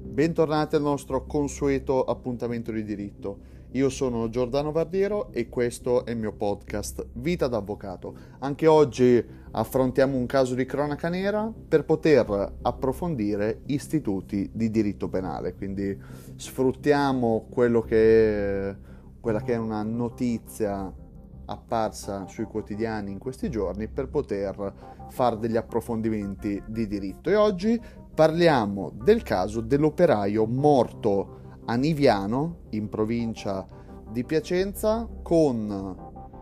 Bentornati al nostro consueto appuntamento di diritto. Io sono Giordano Vardiero e questo è il mio podcast Vita d'Avvocato. Anche oggi affrontiamo un caso di cronaca nera per poter approfondire istituti di diritto penale, quindi sfruttiamo quella che è una notizia apparsa sui quotidiani in questi giorni per poter fare degli approfondimenti di diritto. E oggi parliamo del caso dell'operaio morto a Niviano, in provincia di Piacenza, con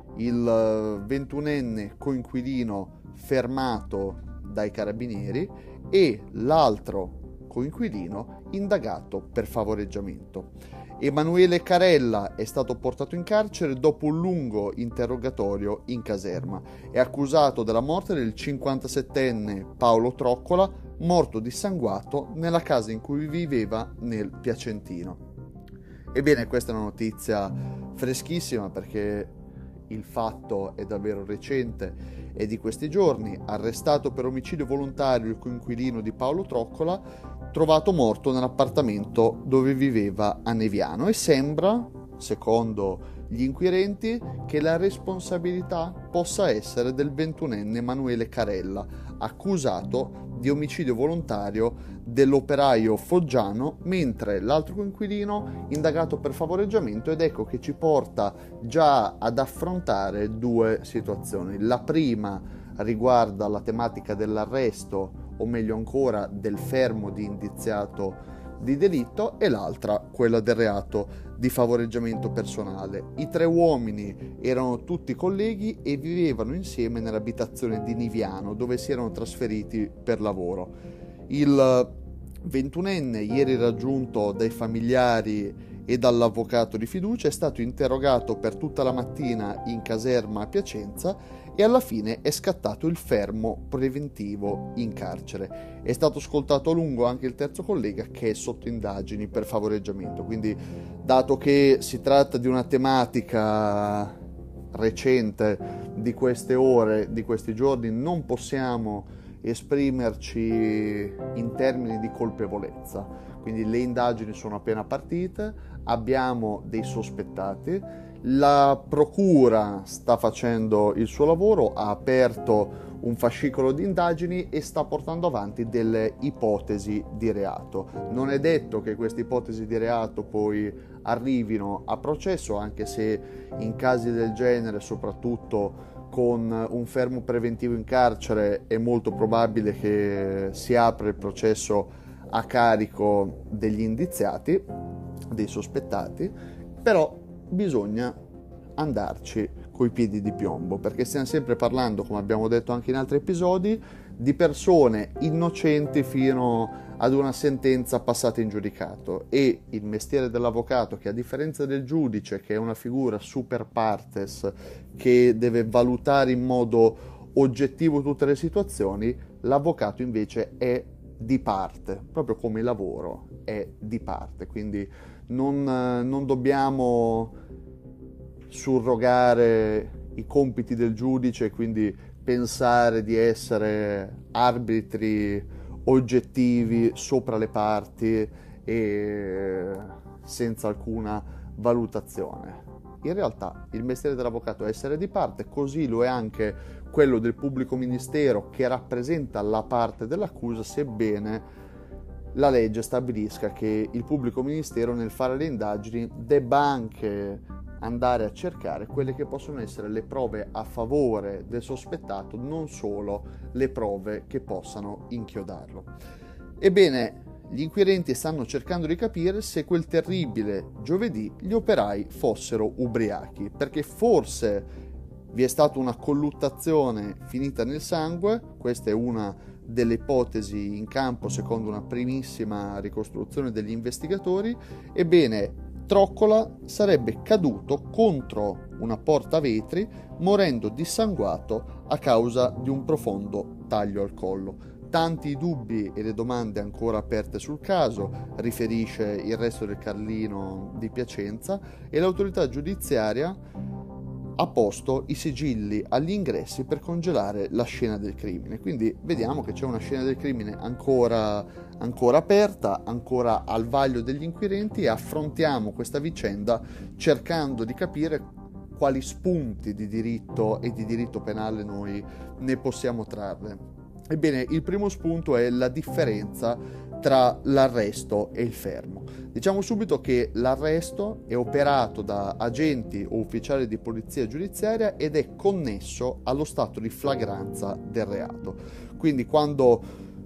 il 21enne coinquilino fermato dai carabinieri e l'altro coinquilino indagato per favoreggiamento. Emanuele Carella è stato portato in carcere dopo un lungo interrogatorio in caserma. È accusato della morte del 57enne Paolo Troccola, morto dissanguato nella casa in cui viveva nel Piacentino. Ebbene, questa è una notizia freschissima perché il fatto è davvero recente e di questi giorni. Arrestato per omicidio volontario il coinquilino di Paolo Troccola, trovato morto nell'appartamento dove viveva a Neviano, e sembra, secondo gli inquirenti, che la responsabilità possa essere del 21enne Emanuele Carella, accusato di omicidio volontario dell'operaio foggiano, mentre l'altro coinquilino indagato per favoreggiamento. Ed ecco che ci porta già ad affrontare due situazioni. La prima riguarda la tematica dell'arresto, o meglio ancora del fermo di indiziato di delitto, e l'altra quella del reato di favoreggiamento personale. I tre uomini erano tutti colleghi e vivevano insieme nell'abitazione di Niviano, dove si erano trasferiti per lavoro. Il 21enne, ieri raggiunto dai familiari e dall'avvocato di fiducia, è stato interrogato per tutta la mattina in caserma a Piacenza e alla fine è scattato il fermo preventivo in carcere. È stato ascoltato a lungo anche il terzo collega, che è sotto indagini per favoreggiamento. Quindi, dato che si tratta di una tematica recente di queste ore, di questi giorni, non possiamo esprimerci in termini di colpevolezza. Quindi le indagini sono appena partite, abbiamo dei sospettati, la procura sta facendo il suo lavoro, ha aperto un fascicolo di indagini e sta portando avanti delle ipotesi di reato. Non è detto che queste ipotesi di reato poi arrivino a processo, anche se in casi del genere, soprattutto con un fermo preventivo in carcere, è molto probabile che si apra il processo a carico degli indiziati, dei sospettati, però bisogna andarci coi piedi di piombo, perché stiamo sempre parlando, come abbiamo detto anche in altri episodi, di persone innocenti fino ad una sentenza passata in giudicato, e il mestiere dell'avvocato, che a differenza del giudice, che è una figura super partes che deve valutare in modo oggettivo tutte le situazioni, l'avvocato invece è di parte, proprio come il lavoro è di parte. Quindi non dobbiamo surrogare i compiti del giudice, quindi pensare di essere arbitri oggettivi sopra le parti e senza alcuna valutazione. In realtà il mestiere dell'avvocato è essere di parte, così lo è anche quello del pubblico ministero, che rappresenta la parte dell'accusa, sebbene la legge stabilisca che il pubblico ministero, nel fare le indagini, debba anche andare a cercare quelle che possono essere le prove a favore del sospettato, non solo le prove che possano inchiodarlo. Ebbene, gli inquirenti stanno cercando di capire se quel terribile giovedì gli operai fossero ubriachi, perché forse vi è stata una colluttazione finita nel sangue. Questa è una delle ipotesi in campo secondo una primissima ricostruzione degli investigatori. Ebbene, Troccola sarebbe caduto contro una porta a vetri, morendo dissanguato a causa di un profondo taglio al collo. Tanti dubbi e le domande ancora aperte sul caso, riferisce il Resto del Carlino di Piacenza, e l'autorità giudiziaria ha posto i sigilli agli ingressi per congelare la scena del crimine. Quindi vediamo che c'è una scena del crimine ancora aperta, ancora al vaglio degli inquirenti, e affrontiamo questa vicenda cercando di capire quali spunti di diritto e di diritto penale noi ne possiamo trarre. Ebbene, il primo spunto è la differenza tra l'arresto e il fermo. Diciamo subito che l'arresto è operato da agenti o ufficiali di polizia giudiziaria ed è connesso allo stato di flagranza del reato. Quindi quando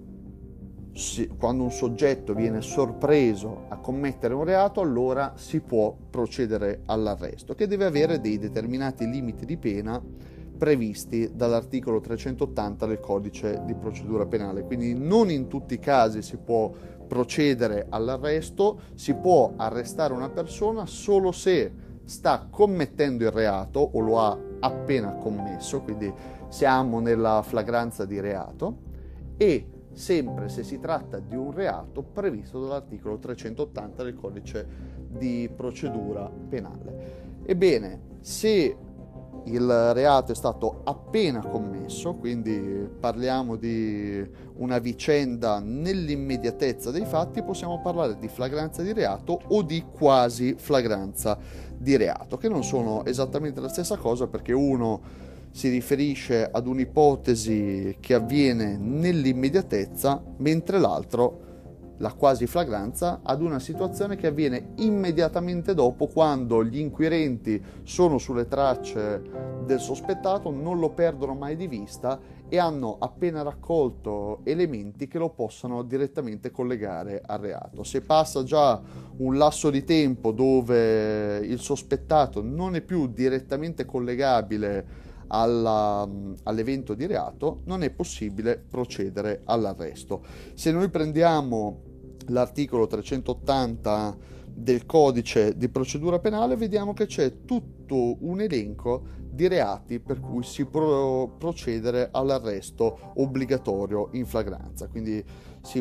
un soggetto viene sorpreso a commettere un reato, allora si può procedere all'arresto, che deve avere dei determinati limiti di pena previsti dall'articolo 380 del codice di procedura penale. Quindi non in tutti i casi si può procedere all'arresto, si può arrestare una persona solo se sta commettendo il reato o lo ha appena commesso, quindi siamo nella flagranza di reato, e sempre se si tratta di un reato previsto dall'articolo 380 del codice di procedura penale. Ebbene, se il reato è stato appena commesso, quindi parliamo di una vicenda nell'immediatezza dei fatti, possiamo parlare di flagranza di reato o di quasi flagranza di reato, che non sono esattamente la stessa cosa, perché uno si riferisce ad un'ipotesi che avviene nell'immediatezza, mentre l'altro, la quasi flagranza, ad una situazione che avviene immediatamente dopo, quando gli inquirenti sono sulle tracce del sospettato, non lo perdono mai di vista e hanno appena raccolto elementi che lo possano direttamente collegare al reato. Se passa già un lasso di tempo dove il sospettato non è più direttamente collegabile all'evento di reato, non è possibile procedere all'arresto. Se noi prendiamo l'articolo 380 del codice di procedura penale, vediamo che c'è tutto un elenco di reati per cui si può procedere all'arresto obbligatorio in flagranza. Quindi si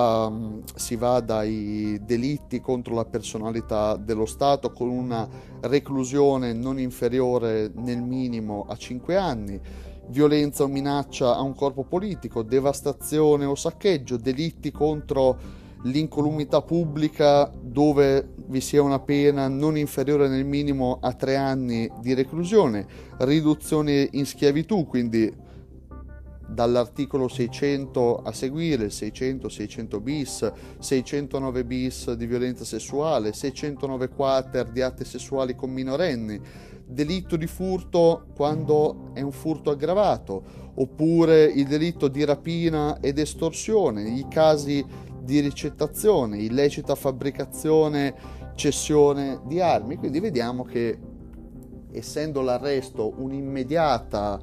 va dai delitti contro la personalità dello Stato, con una reclusione non inferiore nel minimo a 5 anni, violenza o minaccia a un corpo politico, devastazione o saccheggio, delitti contro l'incolumità pubblica dove vi sia una pena non inferiore nel minimo a 3 anni di reclusione, riduzione in schiavitù, quindi dall'articolo 600 a seguire, 600, 600 bis, 609 bis di violenza sessuale, 609 quater di atti sessuali con minorenni, delitto di furto quando è un furto aggravato, oppure il delitto di rapina ed estorsione, i casi di ricettazione, illecita fabbricazione, cessione di armi. Quindi vediamo che, essendo l'arresto un'immediata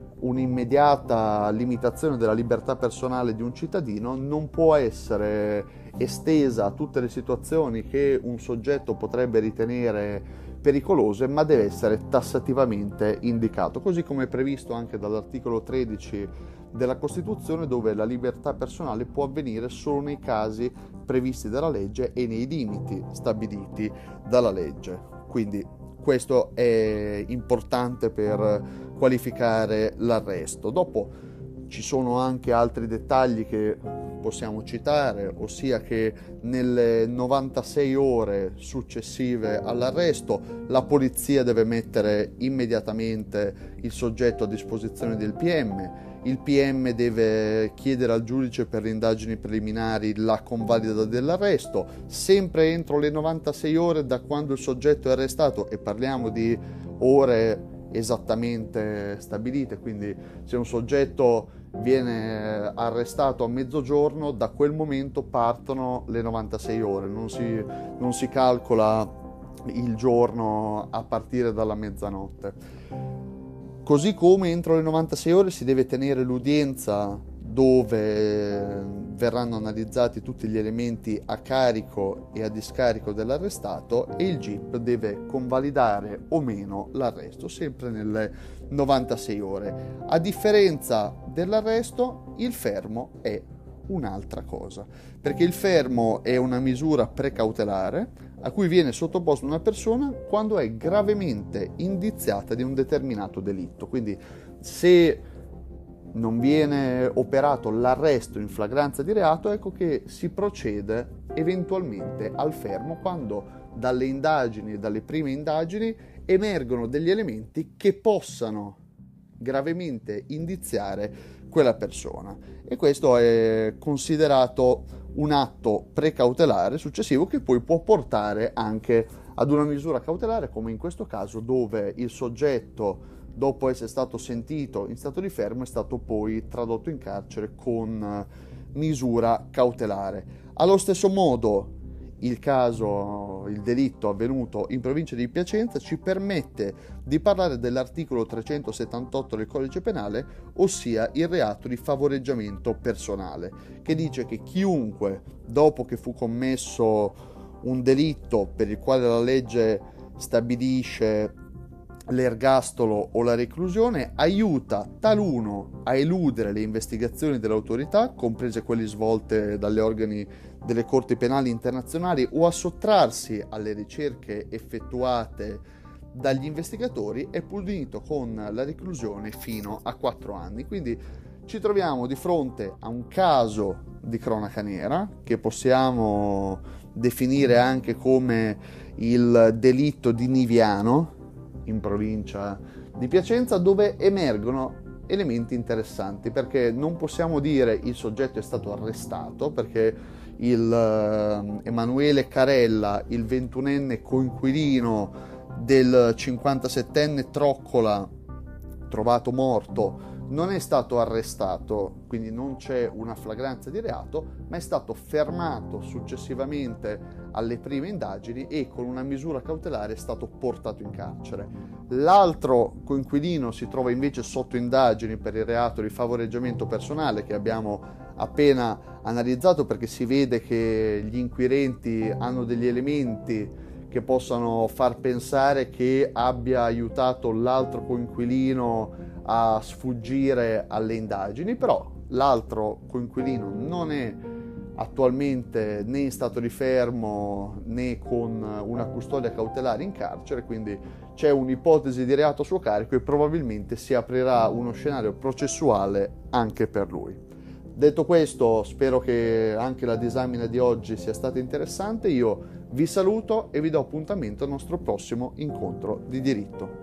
limitazione della libertà personale di un cittadino, non può essere estesa a tutte le situazioni che un soggetto potrebbe ritenere pericolose, ma deve essere tassativamente indicato, così come è previsto anche dall'articolo 13 della Costituzione, dove la libertà personale può avvenire solo nei casi previsti dalla legge e nei limiti stabiliti dalla legge. Quindi questo è importante per qualificare l'arresto. Dopo ci sono anche altri dettagli che possiamo citare, ossia che nelle 96 ore successive all'arresto la polizia deve mettere immediatamente il soggetto a disposizione del PM. Il PM deve chiedere al giudice per le indagini preliminari la convalida dell'arresto, sempre entro le 96 ore da quando il soggetto è arrestato, e parliamo di ore esattamente stabilite. Quindi se un soggetto viene arrestato a mezzogiorno, da quel momento partono le 96 ore, non si calcola il giorno a partire dalla mezzanotte. Così come entro le 96 ore si deve tenere l'udienza dove verranno analizzati tutti gli elementi a carico e a discarico dell'arrestato, e il GIP deve convalidare o meno l'arresto, sempre nelle 96 ore. A differenza dell'arresto, il fermo è un'altra cosa, perché il fermo è una misura precautelare a cui viene sottoposta una persona quando è gravemente indiziata di un determinato delitto. Quindi se non viene operato l'arresto in flagranza di reato, ecco che si procede eventualmente al fermo quando dalle indagini, dalle prime indagini, emergono degli elementi che possano gravemente indiziare quella persona, e questo è considerato un atto precautelare successivo che poi può portare anche ad una misura cautelare, come in questo caso, dove il soggetto, dopo essere stato sentito in stato di fermo, è stato poi tradotto in carcere con misura cautelare. Allo stesso modo, il delitto avvenuto in provincia di Piacenza ci permette di parlare dell'articolo 378 del Codice Penale, ossia il reato di favoreggiamento personale, che dice che chiunque, dopo che fu commesso un delitto per il quale la legge stabilisce l'ergastolo o la reclusione, aiuta taluno a eludere le investigazioni dell'autorità, comprese quelle svolte dagli organi delle corti penali internazionali, o a sottrarsi alle ricerche effettuate dagli investigatori, è punito con la reclusione fino a 4 anni. Quindi ci troviamo di fronte a un caso di cronaca nera che possiamo definire anche come il delitto di Niviano in provincia di Piacenza, dove emergono elementi interessanti, perché non possiamo dire il soggetto è stato arrestato, perché Emanuele Carella, il 21enne coinquilino del 57enne Troccola trovato morto, non è stato arrestato, quindi non c'è una flagranza di reato, ma è stato fermato successivamente alle prime indagini e con una misura cautelare è stato portato in carcere. L'altro coinquilino si trova invece sotto indagini per il reato di favoreggiamento personale, che abbiamo appena analizzato, perché si vede che gli inquirenti hanno degli elementi che possano far pensare che abbia aiutato l'altro coinquilino a sfuggire alle indagini, però l'altro coinquilino non è attualmente né in stato di fermo né con una custodia cautelare in carcere, quindi c'è un'ipotesi di reato a suo carico e probabilmente si aprirà uno scenario processuale anche per lui. Detto questo, spero che anche la disamina di oggi sia stata interessante. Io vi saluto e vi do appuntamento al nostro prossimo incontro di diritto.